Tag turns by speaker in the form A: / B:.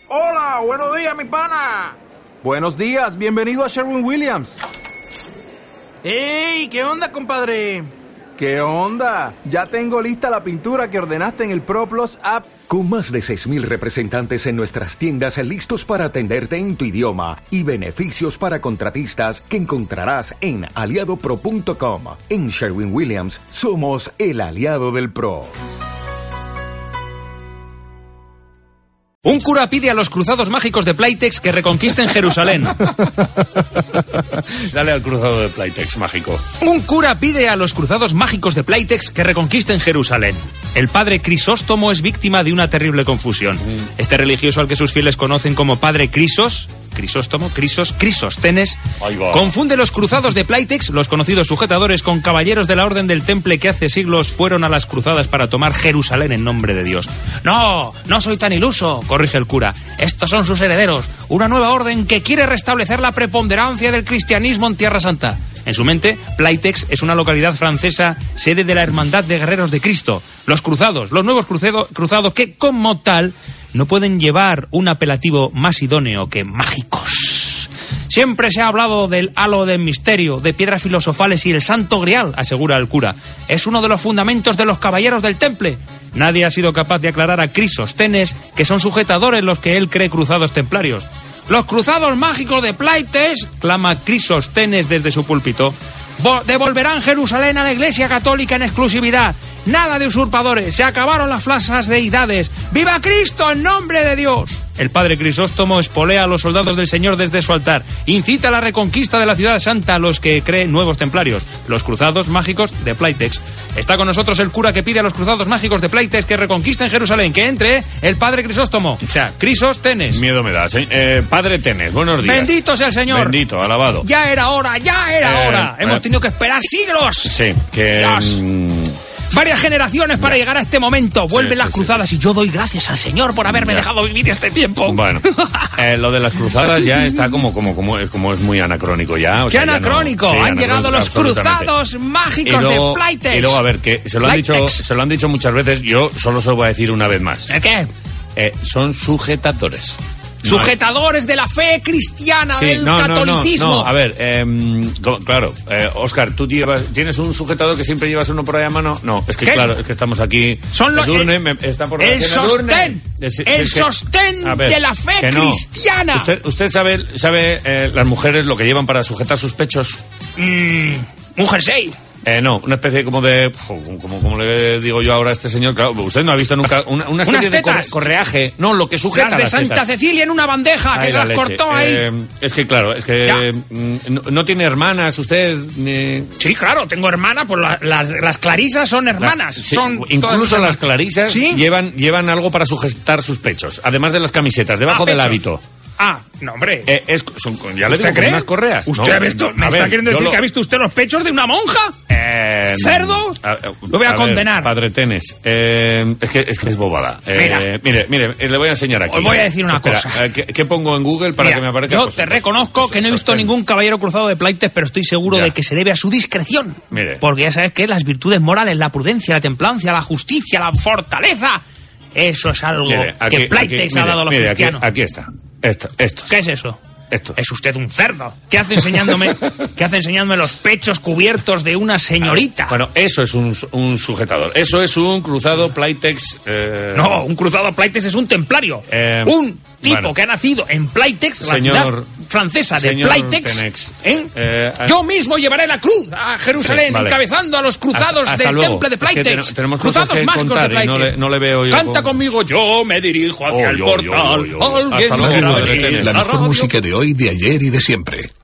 A: Hola, buenos días, mi pana.
B: Buenos días, bienvenido a Sherwin-Williams.
A: ¡Ey! ¿Qué onda, compadre?
B: ¿Qué onda? Ya tengo lista la pintura que ordenaste en el ProPlus app.
C: Con más de 6,000 representantes en nuestras tiendas listos para atenderte en tu idioma y beneficios para contratistas que encontrarás en aliadopro.com. En Sherwin-Williams somos el aliado del pro.
D: Un cura pide a los cruzados mágicos de Playtex que reconquisten Jerusalén.
E: Dale al cruzado de Playtex mágico.
D: Un cura pide a los cruzados mágicos de Playtex que reconquisten Jerusalén. El padre Crisóstomo es víctima de una terrible confusión. Este religioso al que sus fieles conocen como padre Crisóstomo, Crisóstenes, confunde los cruzados de Playtex, los conocidos sujetadores, con caballeros de la Orden del Temple que hace siglos fueron a las cruzadas para tomar Jerusalén en nombre de Dios. No soy tan iluso, corrige el cura. Estos son sus herederos, una nueva orden que quiere restablecer la preponderancia del cristianismo en Tierra Santa. En su mente, Playtex es una localidad francesa, sede de la Hermandad de Guerreros de Cristo. Los cruzados, los nuevos cruzados que, como tal, no pueden llevar un apelativo más idóneo que mágicos. Siempre se ha hablado del halo del misterio, de piedras filosofales y el santo grial, asegura el cura. Es uno de los fundamentos de los caballeros del Temple. Nadie ha sido capaz de aclarar a Crisóstenes que son sujetadores los que él cree cruzados templarios. Los cruzados mágicos de Playtex, clama Crisóstenes desde su púlpito, devolverán Jerusalén a la Iglesia Católica en exclusividad. Nada de usurpadores, se acabaron las falsas deidades. ¡Viva Cristo en nombre de Dios! El padre Crisóstomo espolea a los soldados del Señor desde su altar. Incita a la reconquista de la ciudad santa a los que creen nuevos templarios, los cruzados mágicos de Playtex. Está con nosotros el cura que pide a los cruzados mágicos de Playtex que reconquisten Jerusalén. Que entre el padre Crisóstomo, o sea, Crisóstenes.
E: Miedo me da. Padre Tenes, buenos días.
D: Bendito sea el Señor.
E: Bendito, alabado.
D: Ya era hora. Hemos tenido que esperar siglos.
E: Sí, que...
D: Varias generaciones para llegar a este momento. Vuelven las cruzadas y yo doy gracias al Señor por haberme dejado vivir este tiempo.
E: Bueno, lo de las cruzadas ya está como es muy anacrónico ya.
D: ¿Qué anacrónico? Han llegado los cruzados mágicos de Playtex.
E: Y luego, a ver, que se lo han dicho muchas veces, yo solo se lo voy a decir una vez más.
D: ¿De qué?
E: Son sujetadores.
D: Sujetadores de la fe cristiana, del catolicismo.
E: No, a ver, claro, Óscar, ¿tú tienes un sujetador que siempre llevas uno por ahí a mano? No, es que
D: ¿qué?
E: Claro, es que estamos aquí.
D: Son los...
E: El
D: sostén de la fe cristiana.
E: ¿Usted sabe las mujeres lo que llevan para sujetar sus pechos?
D: Un jersey.
E: No, una especie como de... Como le digo yo ahora a este señor, claro, usted no ha visto nunca una especie de correaje. No, lo que sujeta
D: las de Santa
E: tetas.
D: Cecilia en una bandeja, que las cortó ahí.
E: Es que claro, es que no tiene hermanas usted.
D: Sí, claro, tengo hermanas, pues las clarisas son hermanas.
E: Sí,
D: son
E: incluso las clarisas,
D: ¿sí?
E: llevan algo para sujetar sus pechos, además de las camisetas, debajo del hábito.
D: No, hombre.
E: Ya le digo, con unas correas.
D: ¿Usted ha visto? ¿Me está queriendo decir que ha visto usted los pechos de una monja? ¿Cerdo? Lo voy a condenar.
E: Padre Tenes, es que es bobada. Mire, le voy a enseñar aquí.
D: Os voy a decir una cosa.
E: ¿Qué pongo en Google para que me aparezca?
D: Yo te reconozco que no he visto ningún caballero cruzado de Playtex, pero estoy seguro de que se debe a su discreción.
E: Mire.
D: Porque ya sabes que las virtudes morales, la prudencia, la templancia, la justicia, la fortaleza, eso es algo que Playtex ha dado a los cristianos.
E: Aquí está. Esto.
D: ¿Qué es eso?
E: Esto.
D: Es usted un cerdo. ¿Qué hace enseñándome los pechos cubiertos de una señorita?
E: Bueno, eso es un sujetador. Eso es un cruzado Playtex.
D: No, un cruzado Playtex es un templario. Un tipo que ha nacido en Playtex, la ciudad francesa de Playtex. Yo mismo llevaré la cruz a Jerusalén, encabezando a los cruzados del temple de Playtex.
E: Es que tenemos
D: cruzados
E: cosas que
D: mágicos
E: contar
D: de Playtex.
E: Y no le veo yo.
D: Canta conmigo, yo me dirijo hacia el portal.
E: Hasta luego,
F: La mejor música de hoy, de ayer y de siempre.